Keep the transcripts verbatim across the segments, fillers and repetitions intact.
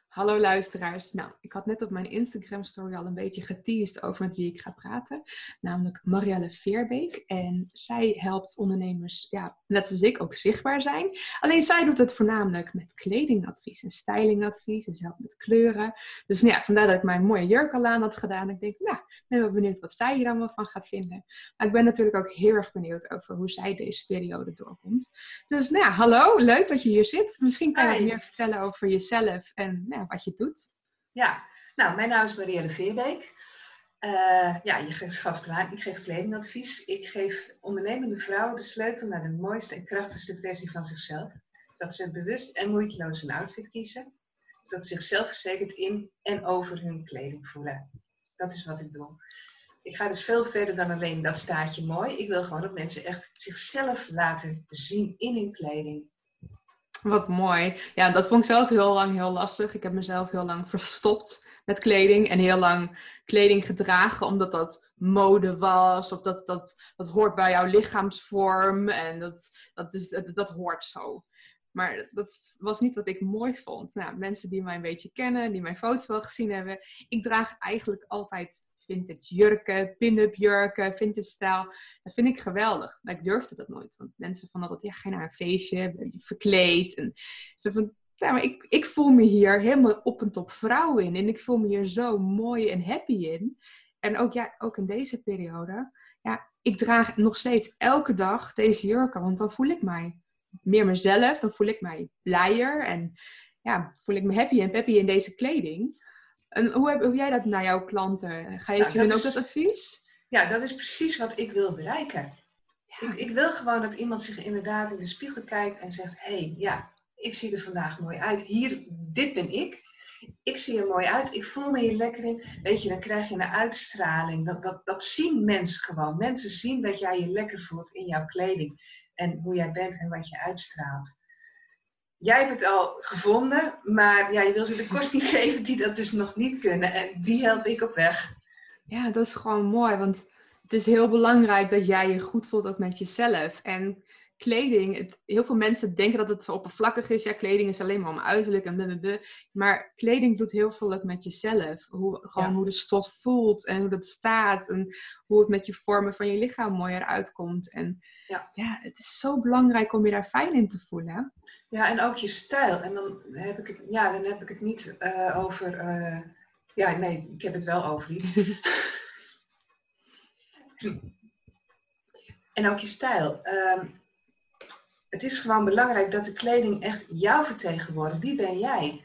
Hallo luisteraars. Nou, ik had net op mijn Instagram story al een beetje geteased over met wie ik ga praten. Namelijk Marielle Veerbeek. En zij helpt ondernemers, ja, net als ik, ook zichtbaar zijn. Alleen zij doet het voornamelijk met kledingadvies en stylingadvies. En ze helpt met kleuren. Dus nou ja, vandaar dat ik mijn mooie jurk al aan had gedaan. Ik denk, nou, ik ben wel benieuwd wat zij hier allemaal van gaat vinden. Maar ik ben natuurlijk ook heel erg benieuwd over hoe zij deze periode doorkomt. Dus nou ja, hallo, leuk dat je hier zit. Misschien kan je wat Hi. meer vertellen over jezelf en nou, wat je doet. Ja, nou, mijn naam is Marielle Veerbeek. Uh, ja, je gaf het aan, ik geef kledingadvies. Ik geef ondernemende vrouwen de sleutel naar de mooiste en krachtigste versie van zichzelf. Zodat ze bewust en moeiteloos een outfit kiezen. Zodat ze zichzelf verzekerd in en over hun kleding voelen. Dat is wat ik doe. Ik ga dus veel verder dan alleen dat staartje mooi. Ik wil gewoon dat mensen echt zichzelf laten zien in hun kleding. Wat mooi. Ja, dat vond ik zelf heel lang heel lastig. Ik heb mezelf heel lang verstopt met kleding. En heel lang kleding gedragen omdat dat mode was. Of dat, dat, dat hoort bij jouw lichaamsvorm. En dat, dat, is, dat, dat hoort zo. Maar dat was niet wat ik mooi vond. Nou, mensen die mij een beetje kennen, die mijn foto's wel gezien hebben. Ik draag eigenlijk altijd vintage jurken, pin-up jurken, vintage stijl. Dat vind ik geweldig. Maar ik durfde dat nooit. Want mensen van altijd, ja, ga je naar een feestje, ben je verkleed. En zo van, ja, maar ik, ik voel me hier helemaal op en top vrouw in. En ik voel me hier zo mooi en happy in. En ook, ja, ook in deze periode. Ja, ik draag nog steeds elke dag deze jurken. Want dan voel ik mij meer mezelf. Dan voel ik mij blijer. En ja, voel ik me happy en peppy in deze kleding. En hoe heb hoe jij dat naar jouw klanten? Geef Nou, je dat hun ook dat is, advies? ja, dat is precies wat ik wil bereiken. Ik, Ja, ik wil gewoon dat iemand zich inderdaad in de spiegel kijkt en zegt, hé, hey, ja, ik zie er vandaag mooi uit. Hier, dit ben ik. Ik zie er mooi uit. Ik voel me hier lekker in. Weet je, dan krijg je een uitstraling. Dat, dat, dat zien mensen gewoon. Mensen zien dat jij je lekker voelt in jouw kleding. En hoe jij bent en wat je uitstraalt. Jij hebt het al gevonden, maar ja, je wil ze de kost niet geven die dat dus nog niet kunnen. En die help ik op weg. Ja, dat is gewoon mooi. Want het is heel belangrijk dat jij je goed voelt ook met jezelf. En kleding, het, heel veel mensen denken dat het zo oppervlakkig is. Ja, kleding is alleen maar om uiterlijk en blablabla. Maar kleding doet heel veel ook met jezelf. Hoe, gewoon Ja. hoe de stof voelt en hoe dat staat. En hoe het met je vormen van je lichaam mooier uitkomt. En Ja. ja, het is zo belangrijk om je daar fijn in te voelen. Ja, en ook je stijl. En dan heb ik het, ja, dan heb ik het niet uh, over. Uh, ja, nee, ik heb het wel over iets. En ook je stijl. Um, het is gewoon belangrijk dat de kleding echt jou vertegenwoordigt. Wie ben jij?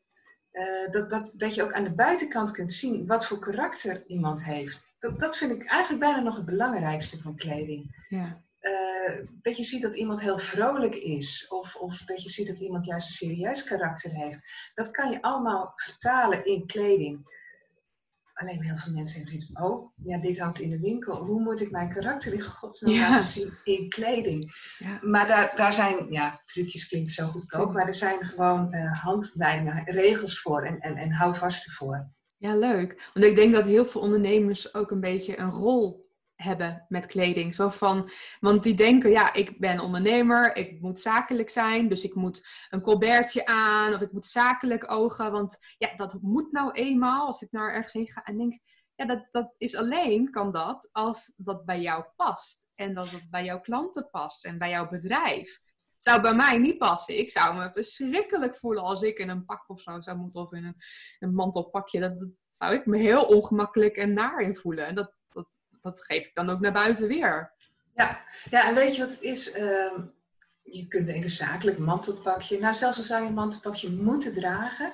Uh, dat, dat, dat je ook aan de buitenkant kunt zien wat voor karakter iemand heeft. Dat, dat vind ik eigenlijk bijna nog het belangrijkste van kleding. Ja. Uh, dat je ziet dat iemand heel vrolijk is. Of, of dat je ziet dat iemand juist een serieus karakter heeft. Dat kan je allemaal vertalen in kleding. Alleen heel veel mensen hebben zoiets van, oh, ja, dit hangt in de winkel. Hoe moet ik mijn karakter in godsnaam Ja. laten zien in kleding? Ja. Maar daar, daar zijn, ja, trucjes klinkt zo goedkoop. Maar er zijn gewoon uh, handleidingen, regels voor. En, en, en hou vast ervoor. Ja, leuk. Want ik denk dat heel veel ondernemers ook een beetje een rol hebben met kleding. Zo van, want die denken, ja, ik ben ondernemer, ik moet zakelijk zijn, dus ik moet een colbertje aan of ik moet zakelijk ogen, want ja, dat moet nou eenmaal als ik naar ergens heen ga en denk, ja, dat, dat is alleen, kan dat, als dat bij jou past en dat het bij jouw klanten past en bij jouw bedrijf. Zou bij mij niet passen. Ik zou me verschrikkelijk voelen als ik in een pak of zo zou moeten. Of in een, een mantelpakje. Dat, dat zou ik me heel ongemakkelijk en naar in voelen. En dat, dat, dat geef ik dan ook naar buiten weer. Ja, ja, en weet je wat het is? Uh, je kunt denken zakelijk mantelpakje. Nou, zelfs al zou je een mantelpakje moeten dragen.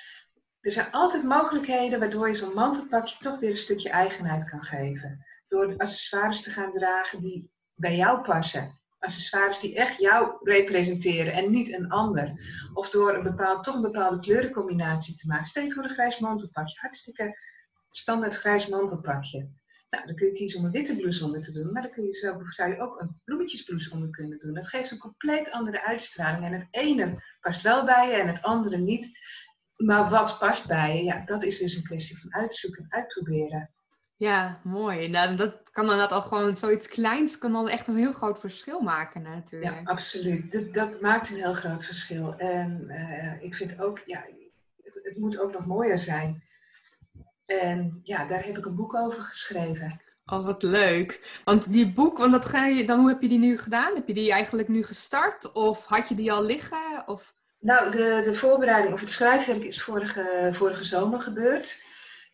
Er zijn altijd mogelijkheden waardoor je zo'n mantelpakje toch weer een stukje eigenheid kan geven. Door accessoires te gaan dragen die bij jou passen. Accessoires die echt jou representeren en niet een ander. Of door een bepaald, toch een bepaalde kleurencombinatie te maken. Stel je voor een grijs mantelpakje. Hartstikke standaard grijs mantelpakje. Nou, dan kun je kiezen om een witte blouse onder te doen. Maar dan kun je zo, zou je ook een bloemetjesblouse onder kunnen doen. Dat geeft een compleet andere uitstraling. En het ene past wel bij je en het andere niet. Maar wat past bij je? Ja, dat is dus een kwestie van uitzoeken en uitproberen. Ja, mooi. Nou, dat kan dan dat al gewoon zoiets kleins kan dan echt een heel groot verschil maken natuurlijk. Ja, absoluut. Dat, dat maakt een heel groot verschil. En uh, ik vind ook, ja, het moet ook nog mooier zijn. En ja, daar heb ik een boek over geschreven. Oh, wat leuk. Want die boek, want dat ga je, dan, hoe heb je die nu gedaan? Heb je die eigenlijk nu gestart? Of had je die al liggen? Of... Nou, de, de voorbereiding of het schrijfwerk is vorige, vorige zomer gebeurd.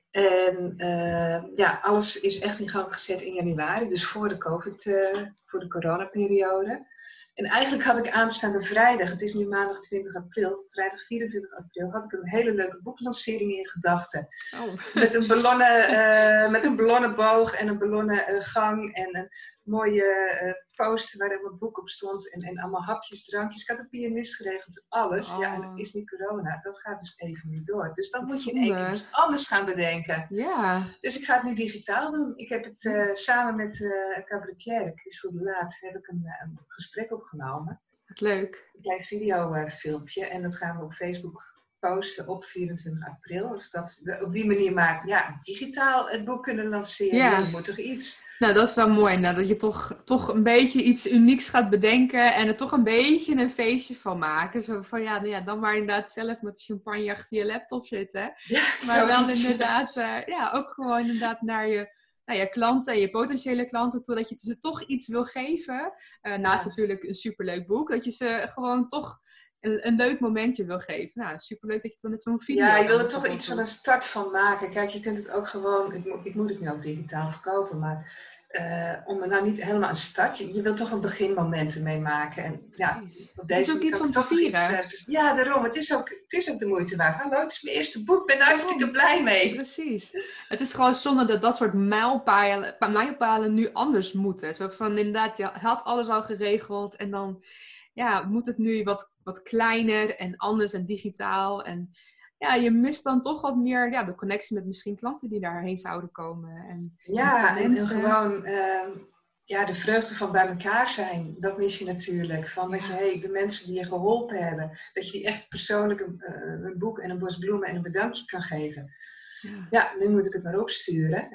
En uh, ja, alles is echt in gang gezet in januari, dus voor de COVID, uh, voor de coronaperiode. En eigenlijk had ik aanstaande vrijdag, het is nu maandag twintig april, vrijdag vierentwintig april, had ik een hele leuke boeklancering in gedachten. Oh. Met een ballonnen, uh, met een ballonnen boog en een ballonnen uh, gang en een mooie uh, poster waar er mijn boek op stond en, en allemaal hapjes, drankjes. Ik had een pianist geregeld, alles. Oh. Ja, en het is niet corona, dat gaat dus even niet door. Dus dan Dat moet je in zonde. één keer iets anders gaan bedenken. Ja. Dus ik ga het nu digitaal doen. Ik heb het uh, samen met uh, cabaretière Christel de Laat heb ik een, een gesprek opgenomen. Wat leuk. Een klein videofilmpje uh, en dat gaan we op Facebook posten op vierentwintig april. Als dat de, op die manier maar ja, digitaal het boek kunnen lanceren, ja. dan moet toch iets. Nou, dat is wel mooi. Nou, dat je toch, toch een beetje iets unieks gaat bedenken en er toch een beetje een feestje van maken. Zo van, ja, nou ja dan maar inderdaad zelf met champagne achter je laptop zitten. Ja, maar wel iets. inderdaad, uh, ja, ook gewoon inderdaad naar je, naar je klanten en je potentiële klanten toe. Dat je ze toch iets wil geven. Uh, naast ja. natuurlijk een superleuk boek. Dat je ze gewoon toch een, een leuk momentje wil geven. Nou, superleuk dat je dan met zo'n video... Ja, je wil er toch iets van een start van maken. Kijk, je kunt het ook gewoon... Ik, mo- ik moet het nu ook digitaal verkopen, maar... Uh, om er nou niet helemaal een start... Je, je wilt toch een beginmoment ermee maken. En ja, op deze het is ook iets om te vieren. Iets, ja, daarom. Het is, ook, het is ook de moeite waard. Hallo, het is mijn eerste boek. Ik ben daar hartstikke blij mee. Precies. Het is gewoon zonde dat dat soort mijlpalen, mijlpalen nu anders moeten. Zo van inderdaad, je had alles al geregeld en dan... Ja, moet het nu wat, wat kleiner en anders en digitaal. En ja, je mist dan toch wat meer ja, de connectie met misschien klanten die daarheen zouden komen. En, ja, en, en, en gewoon uh, ja, de vreugde van bij elkaar zijn. Dat mis je natuurlijk. Van dat ja. je hey, de mensen die je geholpen hebben, dat je die echt persoonlijk een, uh, een boek en een bos bloemen en een bedankje kan geven. Ja, ja nu moet ik het maar opsturen.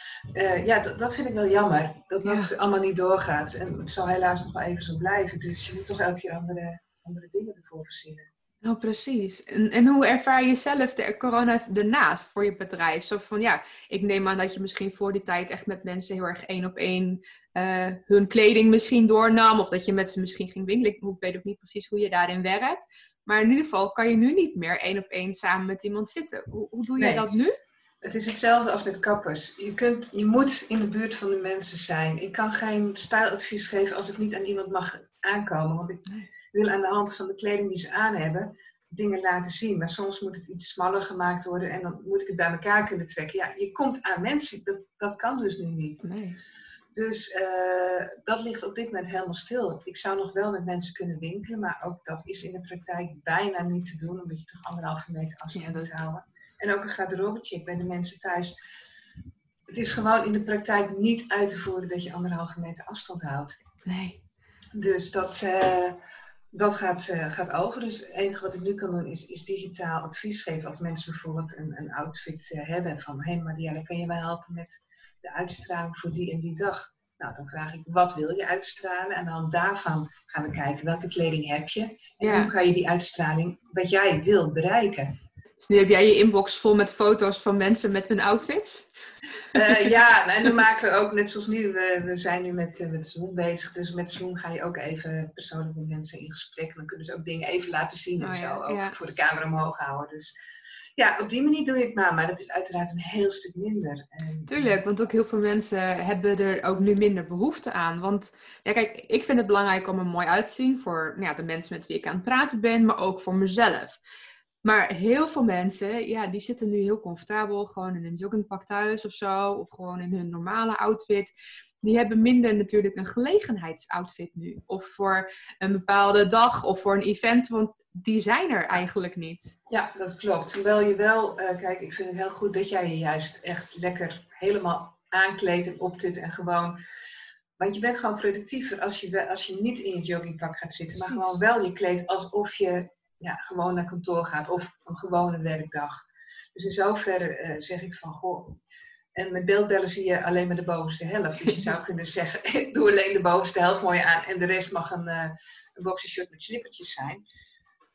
uh, ja, d- dat vind ik wel jammer. Dat dat ja. allemaal niet doorgaat. En het zal helaas nog wel even zo blijven. Dus je moet toch elke keer andere, andere dingen ervoor verzinnen. Oh, precies. En, en hoe ervaar je zelf de corona ernaast voor je bedrijf? Zo van, ja, ik neem aan dat je misschien voor die tijd echt met mensen heel erg één op één uh, hun kleding misschien doornam. Of dat je met ze misschien ging winkelen. Ik weet ook niet precies hoe je daarin werkt. Maar in ieder geval kan je nu niet meer één op één samen met iemand zitten. Hoe, hoe doe jij nee. dat nu? Het is hetzelfde als met kappers. Je, kunt, je moet in de buurt van de mensen zijn. Ik kan geen stijladvies geven als ik niet aan iemand mag aankomen. Want ik wil aan de hand van de kleding die ze aan hebben dingen laten zien. Maar soms moet het iets smaller gemaakt worden en dan moet ik het bij elkaar kunnen trekken. Ja, je komt aan mensen. Dat, dat kan dus nu niet. Nee. Dus uh, dat ligt op dit moment helemaal stil. Ik zou nog wel met mensen kunnen winkelen, maar ook dat is in de praktijk bijna niet te doen, omdat je toch anderhalve meter afstand ja, moet is... houden. En ook een garderobecheck bij de mensen thuis. Het is gewoon in de praktijk niet uit te voeren dat je anderhalve meter afstand houdt. Nee. Dus dat, uh, dat gaat, uh, gaat over. Dus het enige wat ik nu kan doen is, is digitaal advies geven. Als mensen bijvoorbeeld een, een outfit uh, hebben van... Hé hey Marielle, kan je mij helpen met de uitstraling voor die en die dag? Nou, dan vraag ik, wat wil je uitstralen? En dan daarvan gaan we kijken, welke kleding heb je? En ja. hoe kan je die uitstraling, wat jij wil, bereiken? Dus nu heb jij je inbox vol met foto's van mensen met hun outfits? Uh, ja, en dan maken we ook, net zoals nu, we, we zijn nu met, uh, met Zoom bezig. Dus met Zoom ga je ook even persoonlijk met mensen in gesprek. Dan kunnen ze ook dingen even laten zien en oh, zo. Ja, ook ja. voor de camera omhoog houden. Dus ja, op die manier doe je het maar. Maar dat is uiteraard een heel stuk minder. En, Tuurlijk, want ook heel veel mensen hebben er ook nu minder behoefte aan. Want ja, kijk, ik vind het belangrijk om er mooi uit te zien voor nou ja, de mensen met wie ik aan het praten ben, maar ook voor mezelf. Maar heel veel mensen, ja, die zitten nu heel comfortabel, gewoon in een joggingpak thuis of zo, of gewoon in hun normale outfit. Die hebben minder natuurlijk een gelegenheidsoutfit nu. Of voor een bepaalde dag of voor een event, want die zijn er eigenlijk niet. Ja, dat klopt. Hoewel je wel, uh, kijk, ik vind het heel goed dat jij je juist echt lekker helemaal aankleedt en optit en gewoon... Want je bent gewoon productiever als je, als je niet in je joggingpak gaat zitten, maar Precies. gewoon wel je kleedt alsof je ja, gewoon naar kantoor gaat of een gewone werkdag. Dus in zoverre uh, zeg ik van, goh, en met beeldbellen zie je alleen maar de bovenste helft. Dus je zou kunnen zeggen, ik doe alleen de bovenste helft mooi aan en de rest mag een, uh, een boxershort met slippertjes zijn.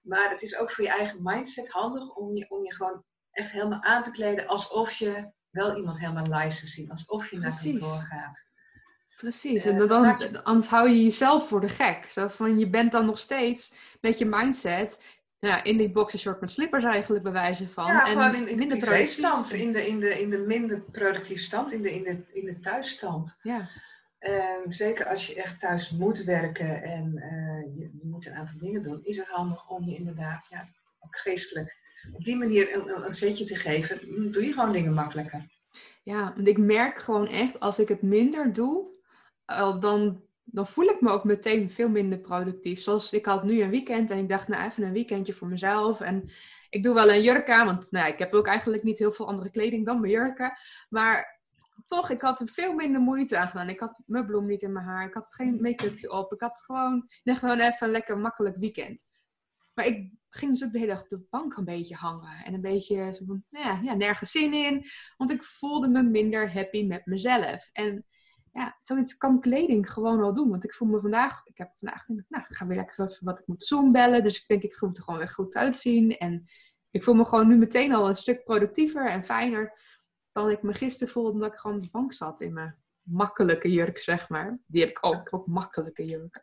Maar het is ook voor je eigen mindset handig om je, om je gewoon echt helemaal aan te kleden alsof je wel iemand helemaal live ziet. Alsof je naar kantoor Precies. gaat. Precies. Uh, En dan, dat maakt je... anders hou je jezelf voor de gek. Zo van, je bent dan nog steeds met je mindset ja, in die boxershort met slippers eigenlijk bij wijze van. Ja, gewoon En in, in de minder productief. privéstand, in de, in, de, in de minder productieve stand, in de, in de, in de thuisstand. Ja. En zeker als je echt thuis moet werken en uh, je, je moet een aantal dingen doen, is het handig om je inderdaad, ja, ook geestelijk, op die manier een, een, een zetje te geven. Dan doe je gewoon dingen makkelijker. Ja, want ik merk gewoon echt, als ik het minder doe, uh, dan, dan voel ik me ook meteen veel minder productief. Zoals ik had nu een weekend en ik dacht, nou even een weekendje voor mezelf. En ik doe wel een jurk aan, want nou, ik heb ook eigenlijk niet heel veel andere kleding dan mijn jurken. Maar toch, ik had er veel minder moeite aan gedaan. Ik had mijn bloem niet in mijn haar, ik had geen make-upje op. Ik had gewoon, nee, gewoon even een lekker makkelijk weekend. Maar ik ging dus ook de hele dag op de bank een beetje hangen. En een beetje zo van, nou ja, ja, nergens zin in. Want ik voelde me minder happy met mezelf. En ja, zoiets kan kleding gewoon al doen. Want ik voel me vandaag, ik heb vandaag, nou, ik ga weer lekker even wat ik moet Zoom bellen. Dus ik denk, ik moet er gewoon weer goed uitzien. En ik voel me gewoon nu meteen al een stuk productiever en fijner dan ik me gisteren voelde, omdat ik gewoon op de bank zat in mijn makkelijke jurk, zeg maar. Die heb ik ook, ook makkelijke jurken.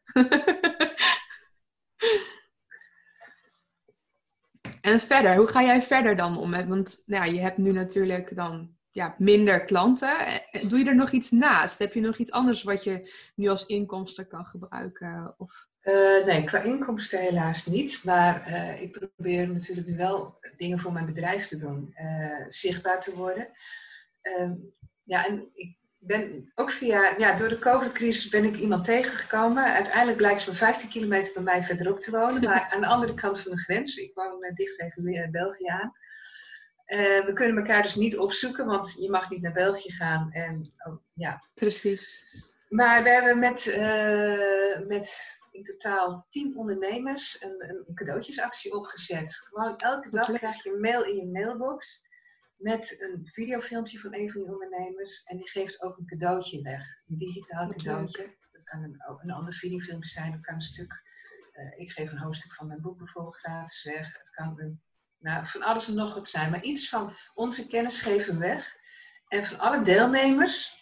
En verder, hoe ga jij verder dan om? Want nou ja, je hebt nu natuurlijk dan ja, minder klanten. Doe je er nog iets naast? Heb je nog iets anders wat je nu als inkomsten kan gebruiken? Of... Uh, nee, qua inkomsten helaas niet. Maar uh, ik probeer natuurlijk nu wel dingen voor mijn bedrijf te doen. Uh, zichtbaar te worden. Uh, ja, en ik ben ook via, ja, door de COVID-crisis ben ik iemand tegengekomen. Uiteindelijk blijkt ze maar vijftien kilometer bij mij verderop te wonen. Maar aan de andere kant van de grens. Ik woon uh, dicht tegen België aan. Uh, we kunnen elkaar dus niet opzoeken, want je mag niet naar België gaan. En, oh, ja. Precies. Maar we hebben met, uh, met in totaal tien ondernemers een, een cadeautjesactie opgezet. Gewoon elke dag leuk. krijg je een mail in je mailbox met een videofilmpje van een van die ondernemers. En die geeft ook een cadeautje weg. Een digitaal Wat cadeautje. leuk. Dat kan een, een ander videofilmpje zijn. Dat kan een stuk. Uh, ik geef een hoofdstuk van mijn boek bijvoorbeeld gratis weg. Het kan een, nou, van alles en nog wat zijn. Maar iets van onze kennis geven we weg. En van alle deelnemers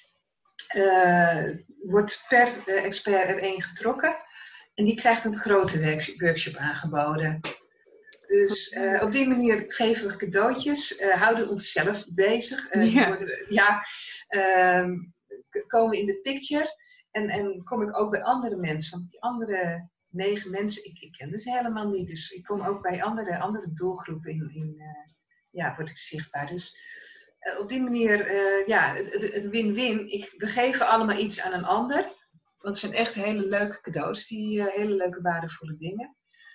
uh, wordt per uh, expert er één getrokken. En die krijgt een grote work- workshop aangeboden. Dus uh, op die manier geven we cadeautjes, uh, houden onszelf bezig. Uh, Ja. worden, ja, uh, komen in de picture. En, en kom ik ook bij andere mensen. Want die andere negen mensen, ik, ik kende ze helemaal niet. Dus ik kom ook bij andere, andere doelgroepen in, in uh, ja, word ik zichtbaar. Dus uh, op die manier, uh, ja, het, het win-win. Ik, we geven allemaal iets aan een ander. Want het zijn echt hele leuke cadeaus, die uh, hele leuke waardevolle dingen.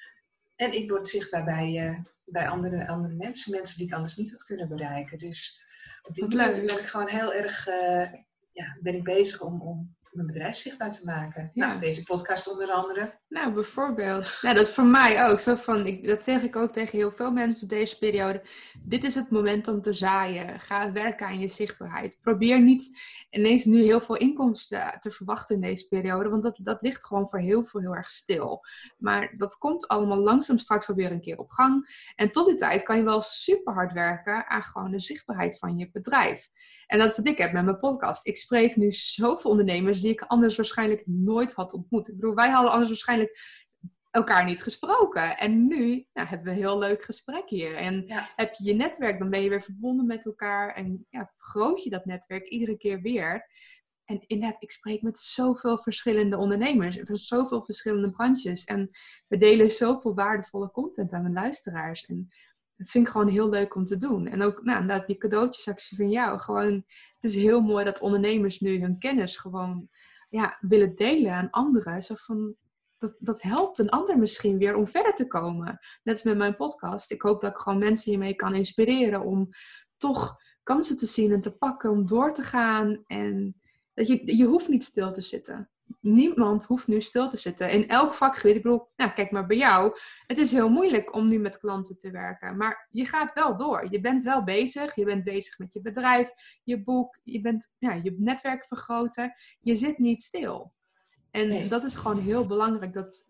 En ik word zichtbaar bij, uh, bij andere, andere mensen, mensen die ik anders niet had kunnen bereiken. Dus op die manier ben ik gewoon heel erg uh, ja, ben ik bezig om, om mijn bedrijf zichtbaar te maken. Ja. Nou, deze podcast onder andere. Nou, bijvoorbeeld. Nou, dat is voor mij ook. Zo van, ik, dat zeg ik ook tegen heel veel mensen op deze periode. Dit is het moment om te zaaien. Ga werken aan je zichtbaarheid. Probeer niet ineens nu heel veel inkomsten te verwachten in deze periode. Want dat, dat ligt gewoon voor heel veel heel erg stil. Maar dat komt allemaal langzaam straks alweer een keer op gang. En tot die tijd kan je wel super hard werken aan gewoon de zichtbaarheid van je bedrijf. En dat is wat ik heb met mijn podcast. Ik spreek nu zoveel ondernemers die ik anders waarschijnlijk nooit had ontmoet. Ik bedoel, wij hadden anders waarschijnlijk elkaar niet gesproken. En nu nou, hebben we een heel leuk gesprek hier. En ja. heb je je netwerk, dan ben je weer verbonden met elkaar. En ja, vergroot je dat netwerk iedere keer weer. En inderdaad, ik spreek met zoveel verschillende ondernemers. Van zoveel verschillende branches. En we delen zoveel waardevolle content aan de luisteraars. En dat vind ik gewoon heel leuk om te doen. En ook nou, inderdaad, die cadeautjesactie van jou. Gewoon, het is heel mooi dat ondernemers nu hun kennis gewoon ja, willen delen aan anderen. Zo van, dat, dat helpt een ander misschien weer om verder te komen. Net als met mijn podcast. Ik hoop dat ik gewoon mensen hiermee kan inspireren om toch kansen te zien en te pakken. Om door te gaan. En dat je, je hoeft niet stil te zitten. Niemand hoeft nu stil te zitten. In elk vakgebied, ik bedoel, nou, kijk maar bij jou. Het is heel moeilijk om nu met klanten te werken. Maar je gaat wel door. Je bent wel bezig. Je bent bezig met je bedrijf, je boek. Je bent ja, je netwerk vergroten. Je zit niet stil. En Nee. dat is gewoon heel belangrijk. Dat, ja,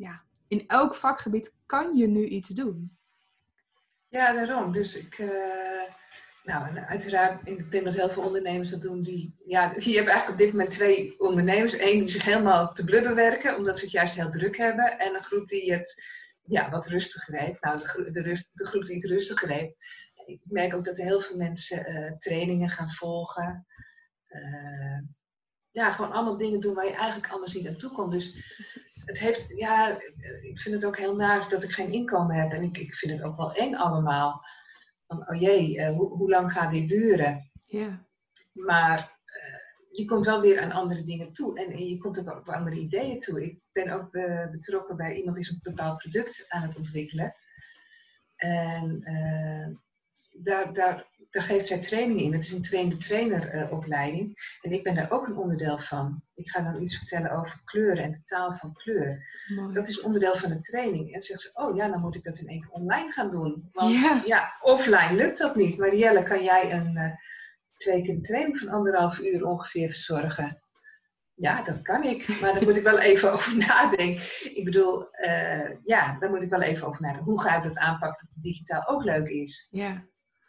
in elk vakgebied kan je nu iets doen. Ja, daarom. Dus ik, uh, nou, uiteraard, ik denk dat heel veel ondernemers dat doen. Die, ja, die hebben eigenlijk op dit moment twee ondernemers. Eén die zich helemaal te blubber werken, omdat ze het juist heel druk hebben. En een groep die het ja, wat rustiger heeft. Nou, de, de, rust, de groep die het rustiger heeft. Ik merk ook dat er heel veel mensen uh, trainingen gaan volgen. Uh, ja, gewoon allemaal dingen doen waar je eigenlijk anders niet aan toe komt. Dus het heeft, ja, ik vind het ook heel naar dat ik geen inkomen heb. En ik, ik vind het ook wel eng allemaal. Van, oh jee, uh, hoe, hoe lang gaat dit duren? Ja. Maar uh, je komt wel weer aan andere dingen toe. En, en je komt ook op andere ideeën toe. Ik ben ook uh, betrokken bij iemand die een bepaald product aan het ontwikkelen. En uh, daar, daar, daar geeft zij training in. Het is een train-de-trainer uh, opleiding. En ik ben daar ook een onderdeel van. Ik ga dan iets vertellen over kleuren en de taal van kleur. Mooi. Dat is onderdeel van de training. En zegt ze, oh ja, dan moet ik dat in één keer online gaan doen. Want ja, ja offline lukt dat niet. Marielle, kan jij een uh, twee keer een training van anderhalf uur ongeveer verzorgen? Ja, dat kan ik. Maar daar moet ik wel even over nadenken. Ik bedoel, uh, ja, daar moet ik wel even over nadenken. Hoe ga ik dat aanpakken dat het digitaal ook leuk is? Ja.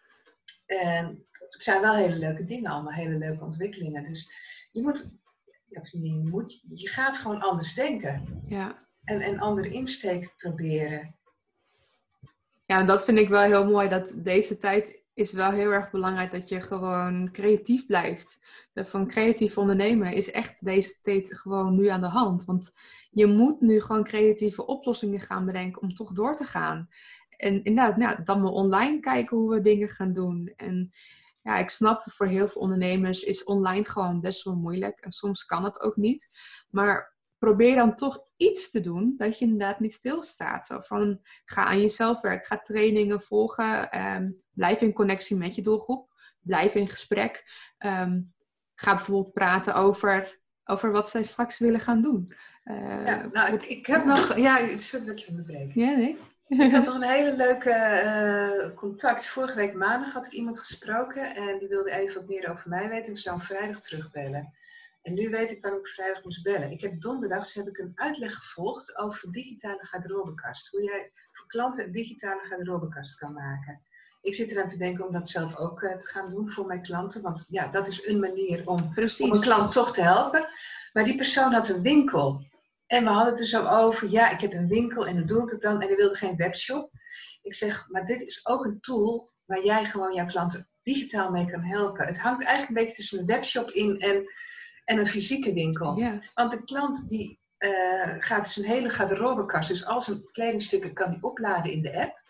En het zijn wel hele leuke dingen allemaal, hele leuke ontwikkelingen. Dus je moet, ja, je, moet je gaat gewoon anders denken. Ja. En een andere insteek proberen. Ja, en dat vind ik wel heel mooi. Dat deze tijd is wel heel erg belangrijk dat je gewoon creatief blijft. Van creatief ondernemen is echt deze tijd gewoon nu aan de hand. Want je moet nu gewoon creatieve oplossingen gaan bedenken om toch door te gaan. En inderdaad, nou, dan maar online kijken hoe we dingen gaan doen. En ja, ik snap voor heel veel ondernemers is online gewoon best wel moeilijk. En soms kan het ook niet. Maar probeer dan toch iets te doen dat je inderdaad niet stilstaat. Zo van, ga aan jezelf werken, ga trainingen volgen. Um, blijf in connectie met je doelgroep. Blijf in gesprek. Um, ga bijvoorbeeld praten over, over wat zij straks willen gaan doen. Uh, ja, nou, ik, ik heb ja. nog... Ja, het is dat je onderbreken. Ja, nee. Ik had nog een hele leuke uh, contact. Vorige week maandag had ik iemand gesproken en die wilde even wat meer over mij weten. Ik zou hem vrijdag terugbellen. En nu weet ik waarom ik vrijdag moest bellen. Ik heb donderdags heb ik een uitleg gevolgd over een digitale garderobekast. Hoe jij voor klanten een digitale garderobekast kan maken. Ik zit eraan te denken om dat zelf ook uh, te gaan doen voor mijn klanten. Want ja, dat is een manier om, om een klant toch te helpen. Maar die persoon had een winkel. En we hadden het er zo over, ja, ik heb een winkel en hoe doe ik het dan? En hij wilde geen webshop. Ik zeg, maar dit is ook een tool waar jij gewoon jouw klanten digitaal mee kan helpen. Het hangt eigenlijk een beetje tussen een webshop in en, en een fysieke winkel. Yeah. Want de klant die uh, gaat zijn hele garderobekast, dus al zijn kledingstukken kan die opladen in de app.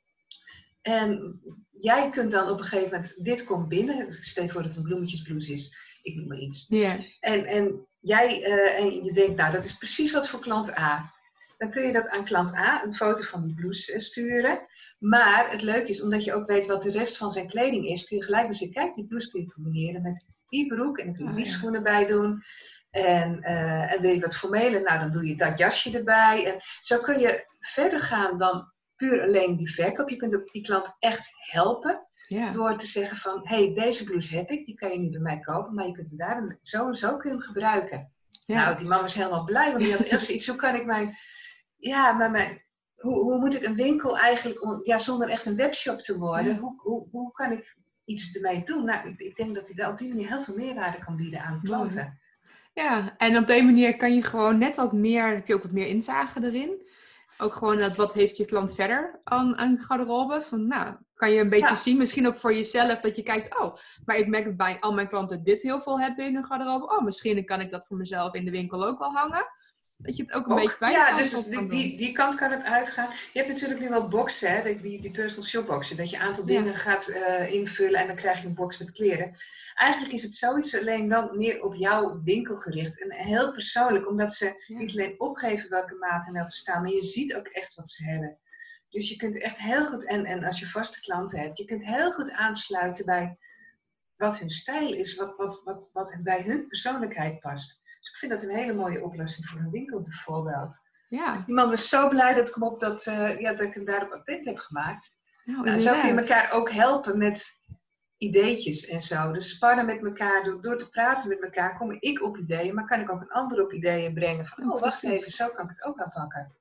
En jij kunt dan op een gegeven moment, dit komt binnen, stel je voor dat het een bloemetjesblouse is, ik noem maar iets. Yeah. En, en jij uh, en je denkt, nou dat is precies wat voor klant A. Dan kun je dat aan klant A, een foto van die blouse uh, sturen. Maar het leuke is, omdat je ook weet wat de rest van zijn kleding is, kun je gelijk maar zeggen, kijk die blouse kun je combineren met die broek en dan kun je die oh, ja. schoenen bij doen. En, uh, en wil je wat formeler, nou dan doe je dat jasje erbij. En zo kun je verder gaan dan puur alleen die verkoop. Je kunt ook die klant echt helpen. Ja. Door te zeggen van, hé, hey, deze blouse heb ik, die kan je nu bij mij kopen, maar je kunt hem daar een, zo en zo kun je hem gebruiken. Ja. Nou, die man was helemaal blij, want die had eerst iets, hoe kan ik mijn, ja, maar mijn, hoe, hoe moet ik een winkel eigenlijk, on, ja, zonder echt een webshop te worden, ja. hoe, hoe, hoe kan ik iets ermee doen? Nou, ik, ik denk dat hij daar op die manier heel veel meerwaarde kan bieden aan klanten. Ja, en op die manier kan je gewoon net wat meer, heb je ook wat meer inzage erin. Ook gewoon dat wat heeft je klant verder aan, aan garderobe. Van, nou, kan je een beetje ja. zien, misschien ook voor jezelf, dat je kijkt, oh, maar ik merk dat bij al mijn klanten dit heel veel hebben in hun garderobe. Oh, misschien kan ik dat voor mezelf in de winkel ook wel hangen. Dat je het ook een ook, beetje bij ja, dus die, die, die kant kan het uitgaan. Je hebt natuurlijk nu wel boxen, hè, die, die personal shop boxen. Dat je een aantal dingen ja. gaat uh, invullen en dan krijg je een box met kleren. Eigenlijk is het zoiets alleen dan meer op jouw winkel gericht. En heel persoonlijk, omdat ze ja. niet alleen opgeven welke maten er staan, maar je ziet ook echt wat ze hebben. Dus je kunt echt heel goed, en, en als je vaste klanten hebt, je kunt heel goed aansluiten bij wat hun stijl is, wat, wat, wat, wat bij hun persoonlijkheid past. Dus ik vind dat een hele mooie oplossing voor een winkel bijvoorbeeld. Ja. Dus die man was zo blij dat ik hem op dat, uh, ja, dat ik hem daarop attent heb gemaakt. Nou, nou, zo kun je elkaar ook helpen met ideetjes en zo. Dus sparren met elkaar, door, door te praten met elkaar kom ik op ideeën, maar kan ik ook een ander op ideeën brengen. Van, oh, wacht even, zo kan ik het ook aanpakken.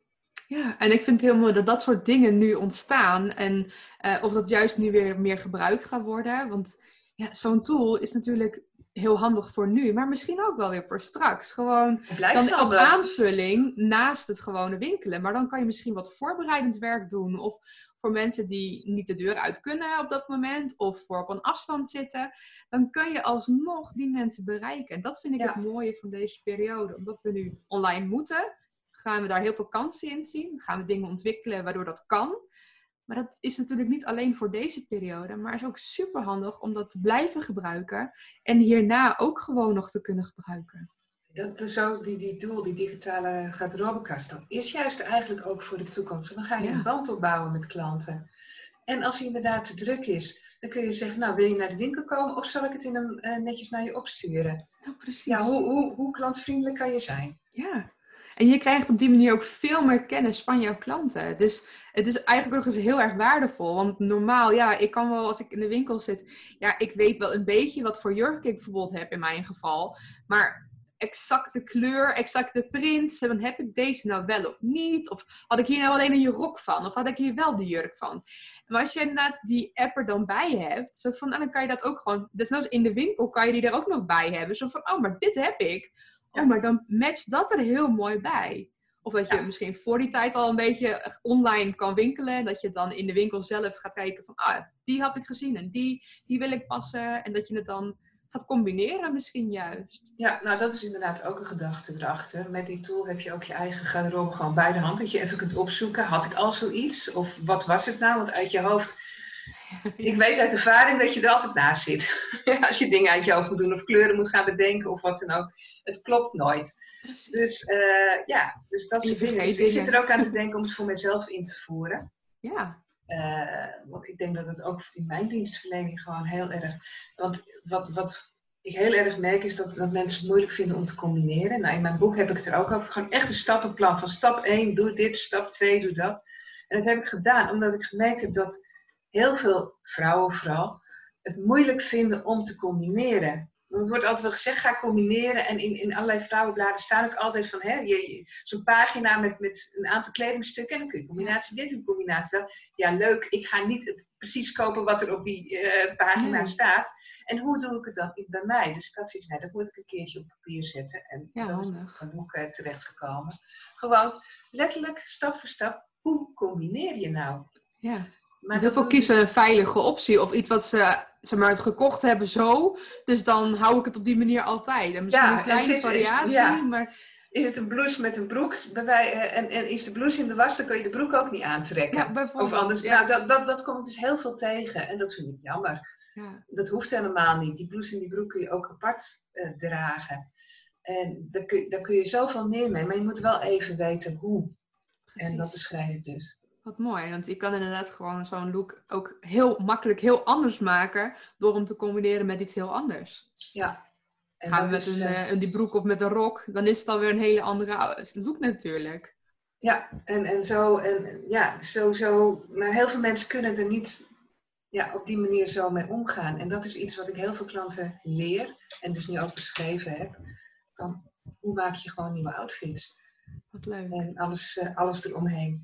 Ja, en ik vind het heel mooi dat dat soort dingen nu ontstaan. En uh, of dat juist nu weer meer gebruikt gaat worden. Want ja, zo'n tool is natuurlijk heel handig voor nu. Maar misschien ook wel weer voor straks. Gewoon Het blijft dan op handig. aanvulling naast het gewone winkelen. Maar dan kan je misschien wat voorbereidend werk doen. Of voor mensen die niet de deur uit kunnen op dat moment. Of voor op een afstand zitten. Dan kun je alsnog die mensen bereiken. En dat vind ik Ja. het mooie van deze periode. Omdat we nu online moeten, gaan we daar heel veel kansen in zien. Gaan we dingen ontwikkelen waardoor dat kan. Maar dat is natuurlijk niet alleen voor deze periode. Maar is ook super handig om dat te blijven gebruiken. En hierna ook gewoon nog te kunnen gebruiken. Dat is ook die, die doel, die digitale garderobekast. Dat is juist eigenlijk ook voor de toekomst. Dan ga je Ja. een band opbouwen met klanten. En als hij inderdaad te druk is, dan kun je zeggen, nou wil je naar de winkel komen of zal ik het in een, uh, netjes naar je opsturen? Nou, precies. Ja, hoe, hoe, hoe klantvriendelijk kan je zijn? Ja. En je krijgt op die manier ook veel meer kennis van jouw klanten. Dus het is eigenlijk ook eens heel erg waardevol. Want normaal, ja, ik kan wel als ik in de winkel zit, ja, ik weet wel een beetje wat voor jurk ik bijvoorbeeld heb in mijn geval. Maar exact de kleur, exact de print, dan heb ik deze nou wel of niet? Of had ik hier nou alleen een rok van? Of had ik hier wel de jurk van? Maar als je inderdaad die app er dan bij hebt, zo van, dan kan je dat ook gewoon, desnoods in de winkel kan je die er ook nog bij hebben. Zo van, oh, maar dit heb ik. Oh, maar dan matcht dat er heel mooi bij. Of dat je ja. misschien voor die tijd al een beetje online kan winkelen. Dat je dan in de winkel zelf gaat kijken van, ah, die had ik gezien en die, die wil ik passen. En dat je het dan gaat combineren misschien juist. Ja, nou dat is inderdaad ook een gedachte erachter. Met die tool heb je ook je eigen garderobe gewoon bij de hand. Dat je even kunt opzoeken, had ik al zoiets? Of wat was het nou? Want uit je hoofd, ja. Ik weet uit ervaring dat je er altijd naast zit. Als je dingen uit je hoofd moet doen of kleuren moet gaan bedenken of wat dan ook. Het klopt nooit. Precies. Dus uh, ja, dus dat soort dingen. Dus ik zit er ook aan te denken om het voor mezelf in te voeren. Ja. Uh, want ik denk dat het ook in mijn dienstverlening gewoon heel erg... Want wat, wat ik heel erg merk is dat, dat mensen het moeilijk vinden om te combineren. Nou, in mijn boek heb ik het er ook over. Gewoon echt een stappenplan van stap één, doe dit, stap twee, doe dat. En dat heb ik gedaan omdat ik gemerkt heb dat heel veel vrouwen vooral het moeilijk vinden om te combineren. Want het wordt altijd wel gezegd, ga combineren. En in, in allerlei vrouwenbladen staan ook altijd van, hè, je, je, zo'n pagina met, met een aantal kledingstukken. En dan kun je combinatie dit en combinatie dat. Ja, leuk. Ik ga niet het precies kopen wat er op die uh, pagina nee. staat. En hoe doe ik het dan bij mij? Dus ik had zoiets, nee, dat moet ik een keertje op papier zetten. En ja, dat handig. is in mijn boek uh, terechtgekomen. Gewoon letterlijk, stap voor stap, hoe combineer je nou? Ja. Maar heel veel kiezen dus een veilige optie of iets wat ze, zeg maar, gekocht hebben zo. Dus dan hou ik het op die manier altijd. En misschien ja, een kleine zit, variatie, is, ja. maar... Is het een blouse met een broek bij, en, en is de blouse in de was, dan kun je de broek ook niet aantrekken. Ja, bijvoorbeeld. Of anders, ja. nou, dat, dat, dat kom ik dus heel veel tegen en dat vind ik jammer. Ja. Dat hoeft helemaal niet. Die blouse en die broek kun je ook apart uh, dragen. En daar kun, daar kun je zoveel meer mee, maar je moet wel even weten hoe. Precies. En dat beschrijf ik dus. Wat mooi, want je kan inderdaad gewoon zo'n look ook heel makkelijk heel anders maken door hem te combineren met iets heel anders. Ja. En gaan we met is, een, uh, een die broek of met een rok, dan is het alweer een hele andere look natuurlijk. Ja, en, en zo, en ja, zo, zo, maar heel veel mensen kunnen er niet ja, op die manier zo mee omgaan. En dat is iets wat ik heel veel klanten leer en dus nu ook beschreven heb. Van, hoe maak je gewoon nieuwe outfits? Wat leuk. En alles, uh, alles eromheen.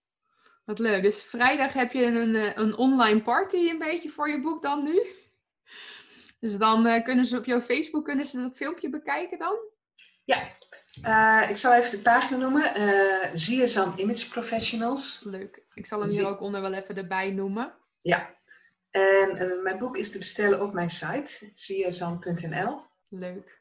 Wat leuk. Dus vrijdag heb je een, een online party een beetje voor je boek dan nu? Dus dan uh, kunnen ze op jouw Facebook kunnen ze dat filmpje bekijken dan? Ja, uh, ik zal even de pagina noemen. Uh, Ziazan Image Professionals. Leuk. Ik zal hem hier ook onder wel even erbij noemen. Ja. En uh, mijn boek is te bestellen op mijn site, ziazan punt n l. Leuk.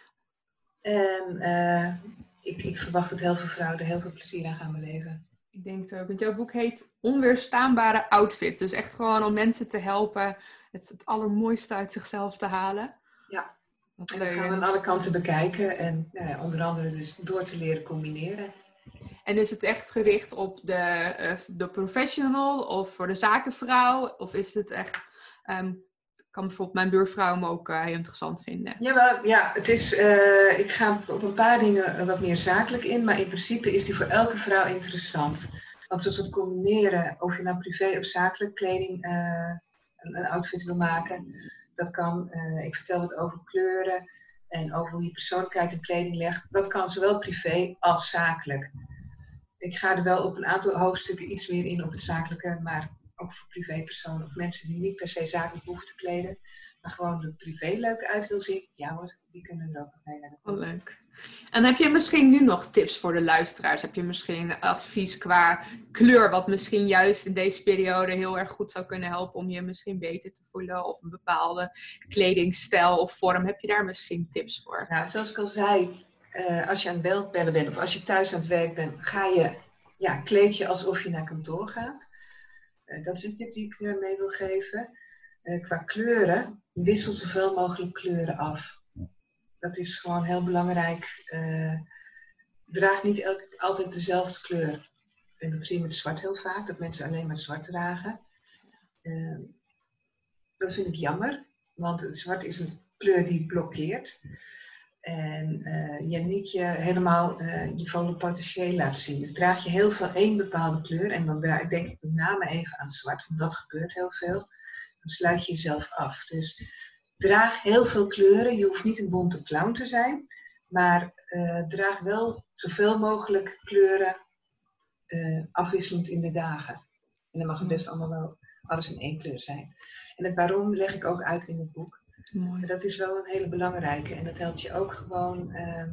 En uh, ik, ik verwacht dat heel veel vrouwen er heel veel plezier aan gaan beleven. Ik denk het ook. Want jouw boek heet Onweerstaanbare Outfits. Dus echt gewoon om mensen te helpen het, het allermooiste uit zichzelf te halen. Ja, en dat gaan we aan alle kanten bekijken. En nou ja, onder andere dus door te leren combineren. En is het echt gericht op de, uh, de professional of voor de zakenvrouw? Of is het echt... Um, kan bijvoorbeeld mijn buurvrouw hem ook uh, heel interessant vinden. Jawel, ja, het is, uh, ik ga op een paar dingen wat meer zakelijk in, maar in principe is die voor elke vrouw interessant. Want zoals het combineren, of je nou privé of zakelijk kleding, uh, een, een outfit wil maken, dat kan, uh, ik vertel wat over kleuren en over hoe je persoonlijkheid in kleding legt, dat kan zowel privé als zakelijk. Ik ga er wel op een aantal hoofdstukken iets meer in op het zakelijke, maar ook voor privépersonen of mensen die niet per se zakelijk hoeven te kleden, maar gewoon de privé leuk uit wil zien. Ja hoor, die kunnen er ook nog mee naar de Oh, leuk. En heb je misschien nu nog tips voor de luisteraars? Heb je misschien advies qua kleur, wat misschien juist in deze periode heel erg goed zou kunnen helpen om je misschien beter te voelen? Of een bepaalde kledingstijl of vorm. Heb je daar misschien tips voor? Nou, zoals ik al zei, uh, als je aan het bellen bent of als je thuis aan het werk bent, ga je, ja, kleed je alsof je naar kantoor gaat. Uh, dat is een tip die ik uh, mee wil geven. Uh, qua kleuren, wissel zoveel mogelijk kleuren af. Dat is gewoon heel belangrijk. Uh, draag niet elke, altijd dezelfde kleur. En dat zie je met zwart heel vaak, dat mensen alleen maar zwart dragen. Uh, dat vind ik jammer, want zwart is een kleur die blokkeert. En uh, je niet je helemaal uh, je volle potentieel laat zien. Dus draag je heel veel één bepaalde kleur. En dan draag ik denk ik met name even aan zwart, want dat gebeurt heel veel. Dan sluit je jezelf af. Dus draag heel veel kleuren. Je hoeft niet een bonte clown te zijn. Maar uh, draag wel zoveel mogelijk kleuren uh, afwisselend in de dagen. En dan mag het best allemaal wel alles in één kleur zijn. En het waarom leg ik ook uit in het boek. Mooi. Dat is wel een hele belangrijke. En dat helpt je ook gewoon uh,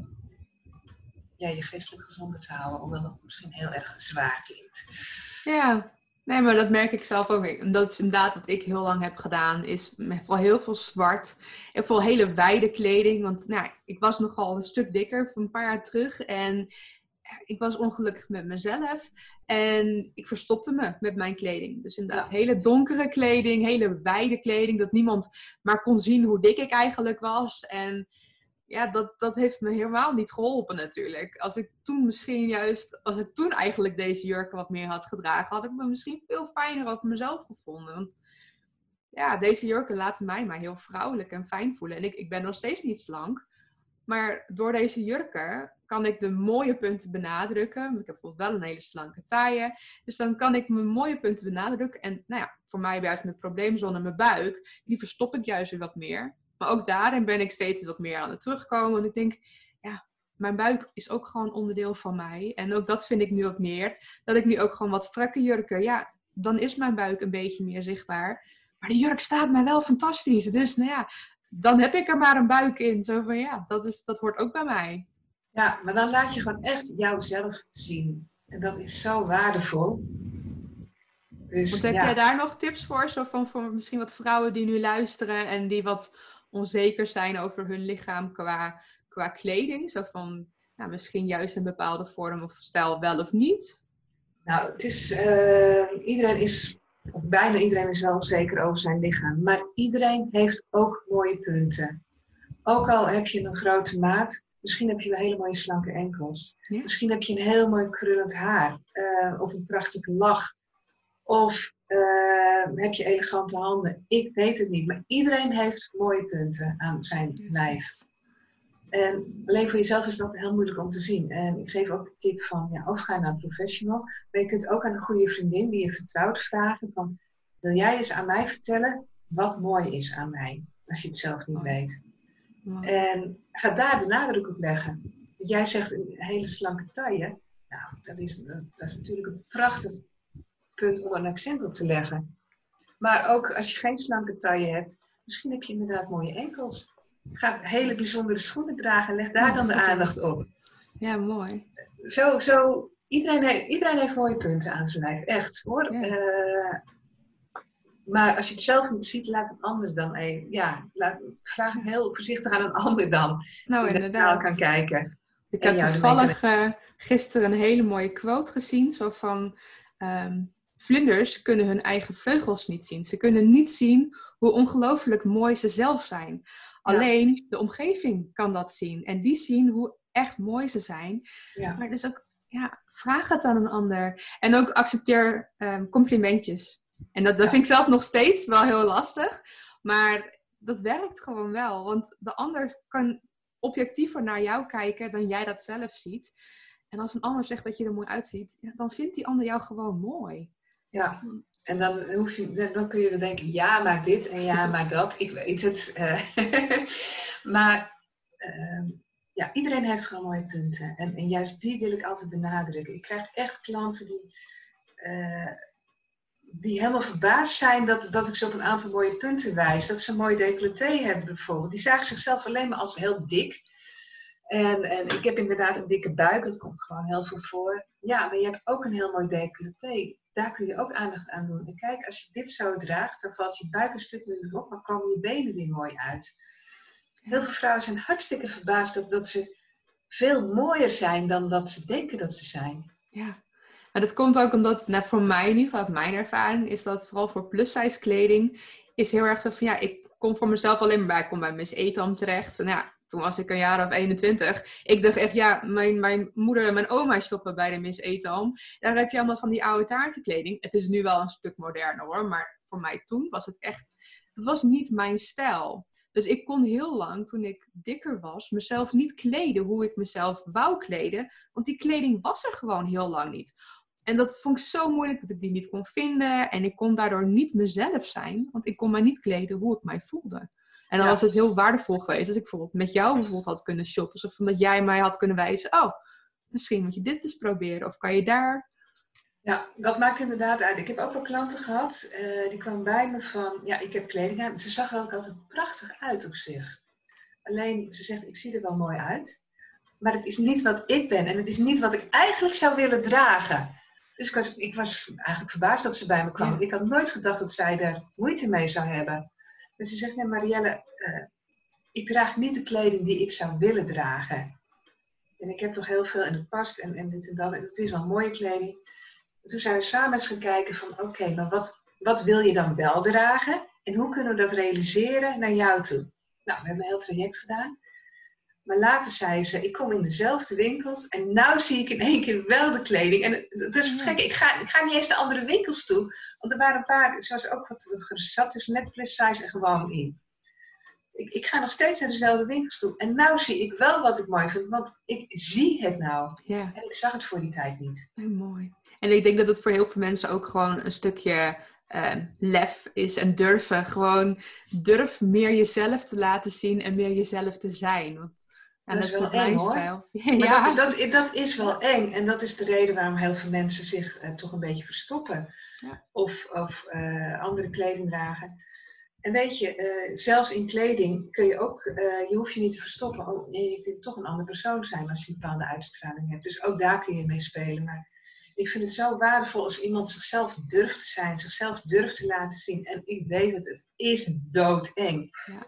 ja, je geestelijk gezonder te houden. Hoewel dat misschien heel erg zwaar klinkt. Ja, nee, maar dat merk ik zelf ook. En dat is inderdaad wat ik heel lang heb gedaan. Is met wel heel veel zwart. En vooral hele wijde kleding. Want nou, ik was nogal een stuk dikker van een paar jaar terug. En ik was ongelukkig met mezelf. En ik verstopte me met mijn kleding. Dus inderdaad, ja. Hele donkere kleding. Hele wijde kleding. Dat niemand maar kon zien hoe dik ik eigenlijk was. En ja, dat, dat heeft me helemaal niet geholpen natuurlijk. Als ik toen misschien juist... Als ik toen eigenlijk deze jurken wat meer had gedragen... had ik me misschien veel fijner over mezelf gevonden. Want ja, deze jurken laten mij maar heel vrouwelijk en fijn voelen. En ik, ik ben nog steeds niet slank. Maar door deze jurken kan ik de mooie punten benadrukken. Ik heb bijvoorbeeld wel een hele slanke taille. Dus dan kan ik mijn mooie punten benadrukken. En nou ja, voor mij juist mijn probleemzone, mijn buik, die verstop ik juist weer wat meer. Maar ook daarin ben ik steeds wat meer aan het terugkomen. Want ik denk, ja, mijn buik is ook gewoon onderdeel van mij. En ook dat vind ik nu wat meer. Dat ik nu ook gewoon wat strakke jurken. Ja, dan is mijn buik een beetje meer zichtbaar. Maar de jurk staat mij wel fantastisch. Dus nou ja, dan heb ik er maar een buik in. Zo van ja, dat, is, dat hoort ook bij mij. Ja, maar dan laat je gewoon echt jouzelf zien. En dat is zo waardevol. Dus, Want heb ja. jij daar nog tips voor? Zo van voor misschien wat vrouwen die nu luisteren en die wat onzeker zijn over hun lichaam qua, qua kleding? Zo van, nou, misschien juist een bepaalde vorm of stijl wel of niet? Nou, het is, uh, iedereen is, of bijna iedereen is wel onzeker over zijn lichaam. Maar iedereen heeft ook mooie punten. Ook al heb je een grote maat, misschien heb je wel hele mooie slanke enkels. Ja. Misschien heb je een heel mooi krullend haar. Uh, of een prachtige lach. Of uh, heb je elegante handen. Ik weet het niet. Maar iedereen heeft mooie punten aan zijn lijf. En alleen voor jezelf is dat heel moeilijk om te zien. En ik geef ook de tip van, ja, of ga naar een professional. Maar je kunt ook aan een goede vriendin die je vertrouwt vragen van, wil jij eens aan mij vertellen wat mooi is aan mij? Als je het zelf niet weet. Ja. En ga daar de nadruk op leggen. Want jij zegt een hele slanke taille. Nou, dat is, dat is natuurlijk een prachtig punt om een accent op te leggen. Maar ook als je geen slanke taille hebt, misschien heb je inderdaad mooie enkels. Ga hele bijzondere schoenen dragen en leg daar oh, dan de aandacht op. Ja, mooi. Zo, zo, iedereen, heeft, iedereen heeft mooie punten aan zijn lijf, echt hoor. Ja. Uh, maar als je het zelf niet ziet, laat een ander dan even. Ja, laat, vraag het heel voorzichtig aan een ander dan. Nou, die inderdaad. kan kijken. Ik had toevallig uh, gisteren een hele mooie quote gezien. Zo van, um, vlinders kunnen hun eigen vleugels niet zien. Ze kunnen niet zien hoe ongelooflijk mooi ze zelf zijn. Alleen ja. de omgeving kan dat zien. En die zien hoe echt mooi ze zijn. Ja. Maar dus ook, ja, vraag het aan een ander. En ook accepteer um, complimentjes. En dat, dat ja. vind ik zelf nog steeds wel heel lastig. Maar dat werkt gewoon wel. Want de ander kan objectiever naar jou kijken dan jij dat zelf ziet. En als een ander zegt dat je er mooi uitziet, ja, dan vindt die ander jou gewoon mooi. Ja. En dan, hoef je, dan kun je denken, ja, maak dit en ja, maak dat. Ik weet het. Uh, maar uh, ja, iedereen heeft gewoon mooie punten. En, en juist die wil ik altijd benadrukken. Ik krijg echt klanten die, uh, die helemaal verbaasd zijn dat, dat ik ze op een aantal mooie punten wijs. Dat ze een mooi decolleté hebben bijvoorbeeld. Die zagen zichzelf alleen maar als heel dik. En, en ik heb inderdaad een dikke buik, dat komt gewoon heel veel voor. Ja, maar je hebt ook een heel mooi decolleté. Daar kun je ook aandacht aan doen. En kijk, als je dit zo draagt, dan valt je buik een stuk minder op, maar komen je benen weer mooi uit. Heel veel vrouwen zijn hartstikke verbaasd dat, dat ze veel mooier zijn dan dat ze denken dat ze zijn. Ja, maar dat komt ook omdat, nou, voor mij in ieder geval, uit mijn ervaring, is dat vooral voor plus-size kleding, is heel erg zo van, ja, ik kom voor mezelf alleen maar bij, ik kom bij Miss Etam terecht. En ja, toen was ik een jaar of eenentwintig. Ik dacht echt, ja, mijn, mijn moeder en mijn oma stoppen bij de Miss Etam. Daar heb je allemaal van die oude taartenkleding. Het is nu wel een stuk moderner hoor, maar voor mij toen was het echt, het was niet mijn stijl. Dus ik kon heel lang, toen ik dikker was, mezelf niet kleden hoe ik mezelf wou kleden. Want die kleding was er gewoon heel lang niet. En dat vond ik zo moeilijk dat ik die niet kon vinden. En ik kon daardoor niet mezelf zijn. Want ik kon mij niet kleden hoe ik mij voelde. En dan ja. was het heel waardevol geweest als ik bijvoorbeeld met jou bijvoorbeeld had kunnen shoppen. Of omdat jij mij had kunnen wijzen, oh, misschien moet je dit eens proberen. Of kan je daar... Ja, dat maakt inderdaad uit. Ik heb ook wel klanten gehad, uh, die kwamen bij me van, ja, ik heb kleding aan. Ze zag er ook altijd prachtig uit op zich. Alleen, ze zegt, ik zie er wel mooi uit. Maar het is niet wat ik ben en het is niet wat ik eigenlijk zou willen dragen. Dus ik was, ik was eigenlijk verbaasd dat ze bij me kwam. Ja. Ik had nooit gedacht dat zij daar moeite mee zou hebben. Dus ze zegt, nee Marielle, uh, ik draag niet de kleding die ik zou willen dragen. En ik heb toch heel veel en het past en, en dit en dat. En het is wel mooie kleding. Toen zijn we samen eens gaan kijken van oké, okay, maar wat, wat wil je dan wel dragen? En hoe kunnen we dat realiseren naar jou toe? Nou, we hebben een heel traject gedaan. Maar later zei ze, ik kom in dezelfde winkels en nou zie ik in één keer wel de kleding. En dat is het gekke, ik ga, ik ga niet eens naar andere winkels toe. Want er waren een paar, zoals ook wat, wat zat dus net plus size en gewoon in. Ik, ik ga nog steeds naar dezelfde winkels toe. En nou zie ik wel wat ik mooi vind, want ik zie het nou. Ja. En ik zag het voor die tijd niet. Heel mooi. En ik denk dat het voor heel veel mensen ook gewoon een stukje uh, lef is en durven. Gewoon durf meer jezelf te laten zien en meer jezelf te zijn. Want ja, dat, dat is wel eng hoor. Stijl. Maar ja. dat, dat, dat is wel eng. En dat is de reden waarom heel veel mensen zich uh, toch een beetje verstoppen. Ja. Of, of uh, andere kleding dragen. En weet je, uh, zelfs in kleding kun je ook, uh, je hoeft je niet te verstoppen. Oh, nee, je kunt toch een andere persoon zijn als je een bepaalde uitstraling hebt. Dus ook daar kun je mee spelen. Maar ik vind het zo waardevol als iemand zichzelf durft te zijn, zichzelf durft te laten zien. En ik weet het, het is doodeng. Ja.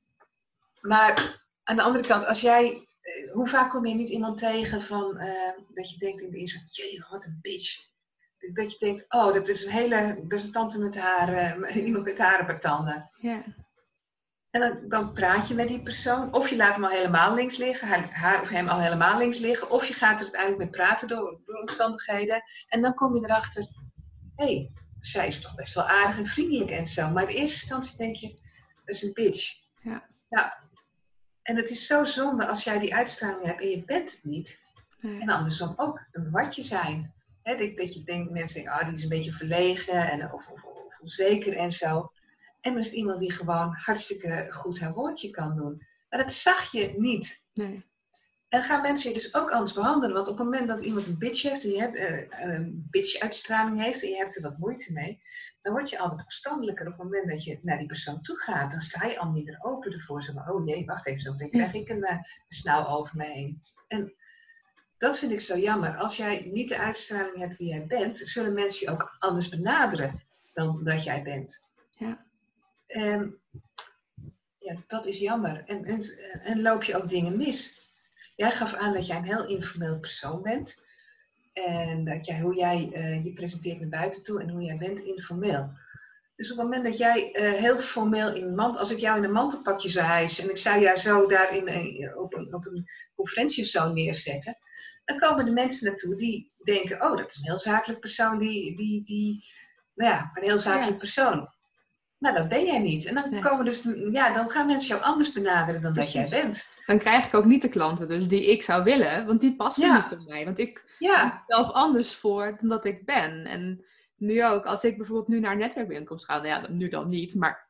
Maar aan de andere kant, als jij, hoe vaak kom je niet iemand tegen van, uh, dat je denkt in de eerste, jee, wat een bitch. Dat je denkt, oh, dat is een hele, dat is een tante met haar, uh, iemand met haren per tanden. Ja. En dan, dan praat je met die persoon. Of je laat hem al helemaal links liggen, haar, haar of hem al helemaal links liggen. Of je gaat er uiteindelijk mee praten door, door omstandigheden. En dan kom je erachter, hé, hey, zij is toch best wel aardig en vriendelijk en zo. Maar in eerste instantie denk je, dat is een bitch. Ja. Nou, en het is zo zonde als jij die uitstraling hebt en je bent het niet. Nee. En andersom ook, een watje zijn. He, dat, dat je denkt, mensen denken, oh, die is een beetje verlegen en, of, of, of onzeker en zo. En dan is het iemand die gewoon hartstikke goed haar woordje kan doen. Maar dat zag je niet. Nee. En gaan mensen je dus ook anders behandelen. Want op het moment dat iemand een bitch heeft, en je hebt, uh, een bitch-uitstraling heeft en je hebt er wat moeite mee, dan word je altijd afstandelijker. Op het moment dat je naar die persoon toe gaat, dan sta je al niet meer open ervoor. Zo van, oh nee, wacht even, zo dan krijg ik een, uh, een snauw over me heen. En dat vind ik zo jammer. Als jij niet de uitstraling hebt wie jij bent, zullen mensen je ook anders benaderen dan dat jij bent. Ja. En ja, dat is jammer. En, en, en loop je ook dingen mis. Jij gaf aan dat jij een heel informeel persoon bent. En dat jij, hoe jij uh, je presenteert naar buiten toe en hoe jij bent informeel. Dus op het moment dat jij uh, heel formeel in een mand, als ik jou in een mantelpakje zou hijsen en ik zou jou zo daar in, uh, op, een, op een conferentie of zo neerzetten, dan komen de mensen naartoe die denken, oh, dat is een heel zakelijk persoon, die, die, die nou ja, een heel zakelijk ja. persoon. Maar dat ben jij niet. En dan, nee. komen dus, ja, dan gaan mensen jou anders benaderen dan Precies. dat jij bent. Dan krijg ik ook niet de klanten dus die ik zou willen, want die passen ja. niet bij mij. Want ik ja. ben zelf anders voor dan dat ik ben. En nu ook, als ik bijvoorbeeld nu naar netwerkwinkels ga, nou ja, nu dan niet, maar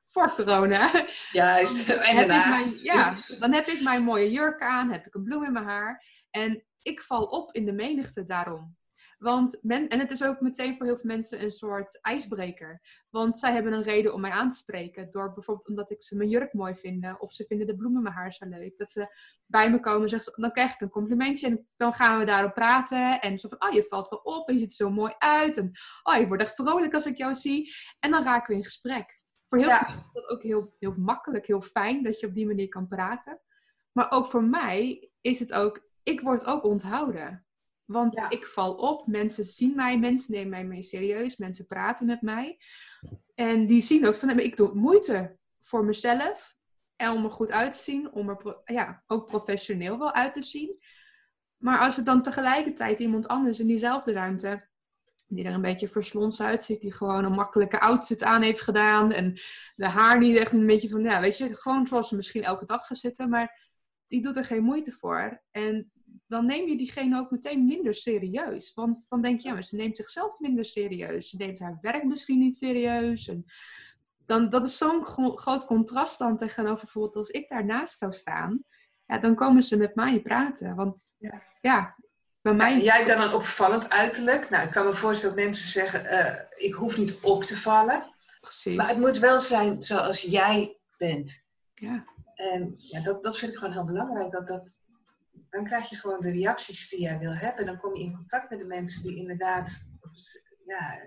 voor corona. Juist, Dan en heb ik daarna. mijn, ja, dan heb ik mijn mooie jurk aan, heb ik een bloem in mijn haar. En ik val op in de menigte daarom. Want men, en het is ook meteen voor heel veel mensen een soort ijsbreker. Want zij hebben een reden om mij aan te spreken. Door bijvoorbeeld omdat ik ze mijn jurk mooi vind. Of ze vinden de bloem in mijn haar zo leuk. Dat ze bij me komen en zeggen ze, dan krijg ik een complimentje. En dan gaan we daarop praten. En zo van, oh je valt wel op en je ziet er zo mooi uit. En oh ik word echt vrolijk als ik jou zie. En dan raken we in gesprek. Voor heel Ja. veel mensen is dat ook heel, heel makkelijk, heel fijn dat je op die manier kan praten. Maar ook voor mij is het ook, ik word ook onthouden. Want Ja. ik val op, mensen zien mij, mensen nemen mij mee serieus, mensen praten met mij. En die zien ook van, ik doe moeite voor mezelf en om er goed uit te zien, om er ja, ook professioneel wel uit te zien. Maar als er dan tegelijkertijd iemand anders in diezelfde ruimte, die er een beetje verslonsen uitziet, die gewoon een makkelijke outfit aan heeft gedaan en de haar niet echt een beetje van, ja weet je, gewoon zoals ze misschien elke dag zou zitten, maar die doet er geen moeite voor. En dan neem je diegene ook meteen minder serieus. Want dan denk je, ja, maar ze neemt zichzelf minder serieus. Ze neemt haar werk misschien niet serieus. En dan, dat is zo'n gro- groot contrast dan tegenover bijvoorbeeld als ik daarnaast zou staan. Ja, dan komen ze met mij praten. Want Ja. ja, bij Ja, mij... en jij hebt dan een opvallend uiterlijk. Nou, ik kan me voorstellen dat mensen zeggen, uh, ik hoef niet op te vallen. Precies. Maar het moet wel zijn zoals jij bent. Ja. En ja, dat, dat vind ik gewoon heel belangrijk. Dat, dat, dan krijg je gewoon de reacties die jij wil hebben. Dan kom je in contact met de mensen die inderdaad, ja,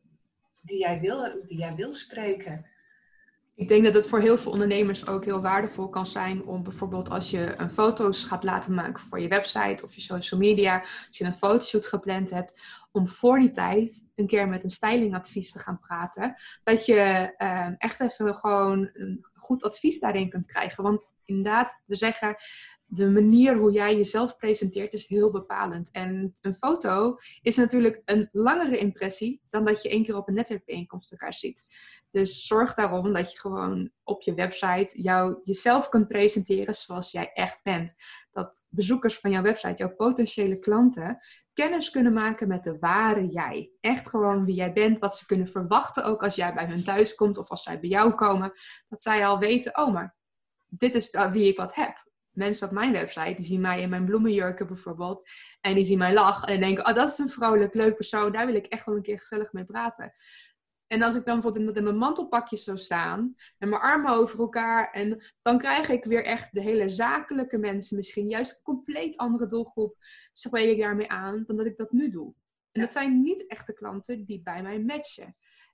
die jij wil, die jij wil spreken. Ik denk dat het voor heel veel ondernemers ook heel waardevol kan zijn om bijvoorbeeld als je een foto's gaat laten maken voor je website of je social media, als je een fotoshoot gepland hebt, om voor die tijd een keer met een stylingadvies te gaan praten. Dat je eh, echt even gewoon een goed advies daarin kunt krijgen. Want inderdaad, we zeggen, de manier hoe jij jezelf presenteert is heel bepalend. En een foto is natuurlijk een langere impressie dan dat je één keer op een netwerkbijeenkomst elkaar ziet. Dus zorg daarom dat je gewoon op je website jou, jezelf kunt presenteren zoals jij echt bent. Dat bezoekers van jouw website, jouw potentiële klanten, kennis kunnen maken met de ware jij. Echt gewoon wie jij bent, wat ze kunnen verwachten ook als jij bij hun thuis komt of als zij bij jou komen. Dat zij al weten, oh maar dit is wie ik wat heb. Mensen op mijn website, die zien mij in mijn bloemenjurken bijvoorbeeld. En die zien mij lachen en denken, oh dat is een vrolijk, leuk persoon. Daar wil ik echt wel een keer gezellig mee praten. En als ik dan bijvoorbeeld in mijn mantelpakjes zou staan, en mijn armen over elkaar, en dan krijg ik weer echt de hele zakelijke mensen, misschien juist een compleet andere doelgroep, spreek ik daarmee aan, dan dat ik dat nu doe. En dat zijn niet echte klanten die bij mij matchen.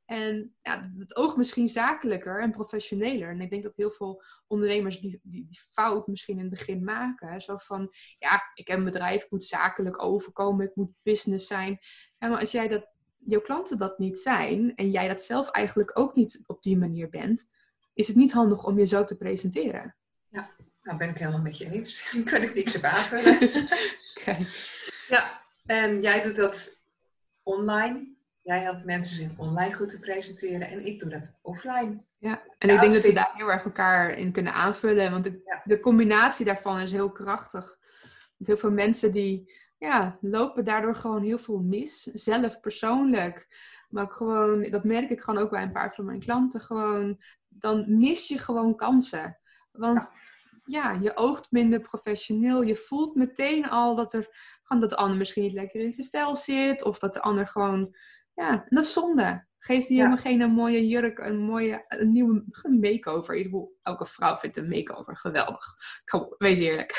En ja, het oogt misschien zakelijker en professioneler. En ik denk dat heel veel ondernemers die, die, die fout misschien in het begin maken. Zo van, ja, ik heb een bedrijf, ik moet zakelijk overkomen, ik moet business zijn. Ja, maar als jij dat jouw klanten dat niet zijn en jij dat zelf eigenlijk ook niet op die manier bent, is het niet handig om je zo te presenteren. Ja, nou ben ik helemaal met je eens. Daar kan ik niks op aanvullen. Okay. Ja, en jij doet dat online. Jij helpt mensen zich online goed te presenteren en ik doe dat offline. Ja, en de ik denk outfit. dat we daar heel erg elkaar in kunnen aanvullen, want de, ja. de combinatie daarvan is heel krachtig. Met heel veel mensen die ja, lopen daardoor gewoon heel veel mis. Zelf persoonlijk. Maar ook gewoon, dat merk ik gewoon ook bij een paar van mijn klanten. Gewoon, dan mis je gewoon kansen. Want ja, ja je oogt minder professioneel. Je voelt meteen al dat er gewoon dat de ander misschien niet lekker in zijn vel zit. Of dat de ander gewoon, ja, en dat is zonde. Geeft hij helemaal ja. geen een mooie jurk, een mooie, een nieuwe een makeover. Elke vrouw vindt een makeover geweldig. Kom, wees eerlijk.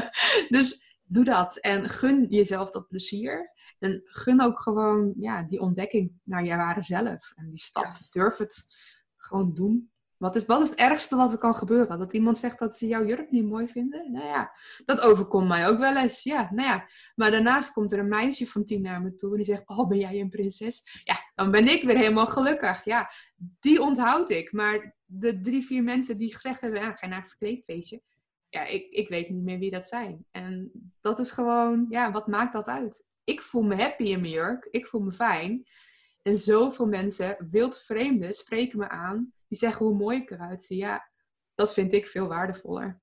Dus doe dat en gun jezelf dat plezier. En gun ook gewoon ja, die ontdekking naar je ware zelf. En die stap, ja. durf het gewoon doen. Wat is, wat is het ergste wat er kan gebeuren? Dat iemand zegt dat ze jouw jurk niet mooi vinden? Nou ja, dat overkomt mij ook wel eens. Ja, nou ja. Maar daarnaast komt er een meisje van tien naar me toe en die zegt, oh ben jij een prinses? Ja, dan ben ik weer helemaal gelukkig. Ja, die onthoud ik. Maar de drie, vier mensen die gezegd hebben, ja, ga naar een verkleedfeestje. Ja, ik, ik weet niet meer wie dat zijn. En dat is gewoon, ja, wat maakt dat uit? Ik voel me happy in mijn jurk. Ik voel me fijn. En zoveel mensen, wildvreemden, spreken me aan. Die zeggen hoe mooi ik eruit zie. Ja, dat vind ik veel waardevoller.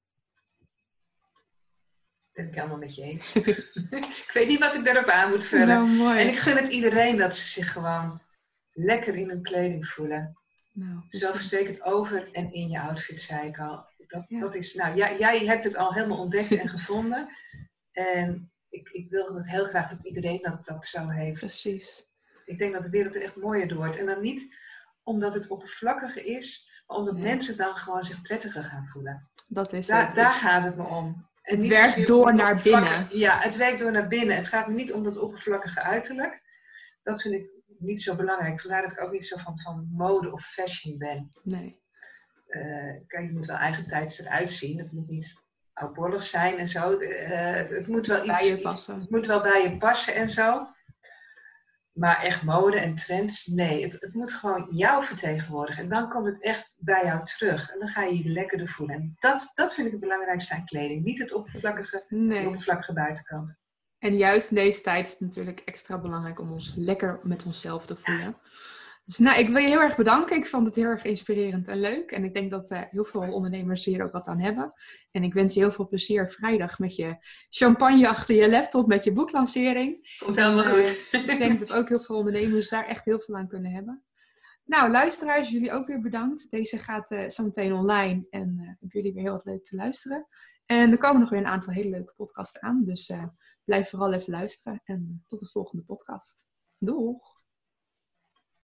Ben ik helemaal met je eens. Ik weet niet wat ik daarop aan moet vullen. Nou, mooi. En ik gun het iedereen dat ze zich gewoon lekker in hun kleding voelen. Nou, zelfverzekerd over en in je outfit, zei ik al. Dat, ja. dat is, nou, jij, jij hebt het al helemaal ontdekt en gevonden. En ik, ik wil het heel graag dat iedereen dat, dat zo heeft. Precies. Ik denk dat de wereld er echt mooier door wordt. En dan niet omdat het oppervlakkiger is, maar omdat Nee. mensen dan gewoon zich prettiger gaan voelen. Dat is Da- het. daar het, gaat het me om. En het niet werkt zozeer door om het naar binnen. Ja, het werkt door naar binnen. Het gaat me niet om dat oppervlakkige uiterlijk. Dat vind ik niet zo belangrijk. Vandaar dat ik ook niet zo van, van mode of fashion ben. Nee. Uh, kijk, je moet wel eigentijds eruit zien. Het moet niet oudbollig zijn en zo. Uh, het moet wel iets, bij je iets passen. het moet wel bij je passen en zo. Maar echt mode en trends, nee. Het, het moet gewoon jou vertegenwoordigen. En dan komt het echt bij jou terug. En dan ga je je lekkerder voelen. En dat, dat vind ik het belangrijkste aan kleding. Niet het oppervlakkige, nee. de oppervlakkige buitenkant. En juist in deze tijd is het natuurlijk extra belangrijk om ons lekker met onszelf te voelen. Ja. Dus nou, ik wil je heel erg bedanken. Ik vond het heel erg inspirerend en leuk. En ik denk dat uh, heel veel ondernemers hier ook wat aan hebben. En ik wens je heel veel plezier vrijdag met je champagne achter je laptop, met je boeklancering. Komt helemaal en, uh, goed. Ik denk dat ook heel veel ondernemers daar echt heel veel aan kunnen hebben. Nou, luisteraars, jullie ook weer bedankt. Deze gaat uh, zo meteen online en uh, hebben jullie weer heel wat leuk te luisteren. En er komen nog weer een aantal hele leuke podcasts aan. Dus uh, blijf vooral even luisteren en tot de volgende podcast. Doeg!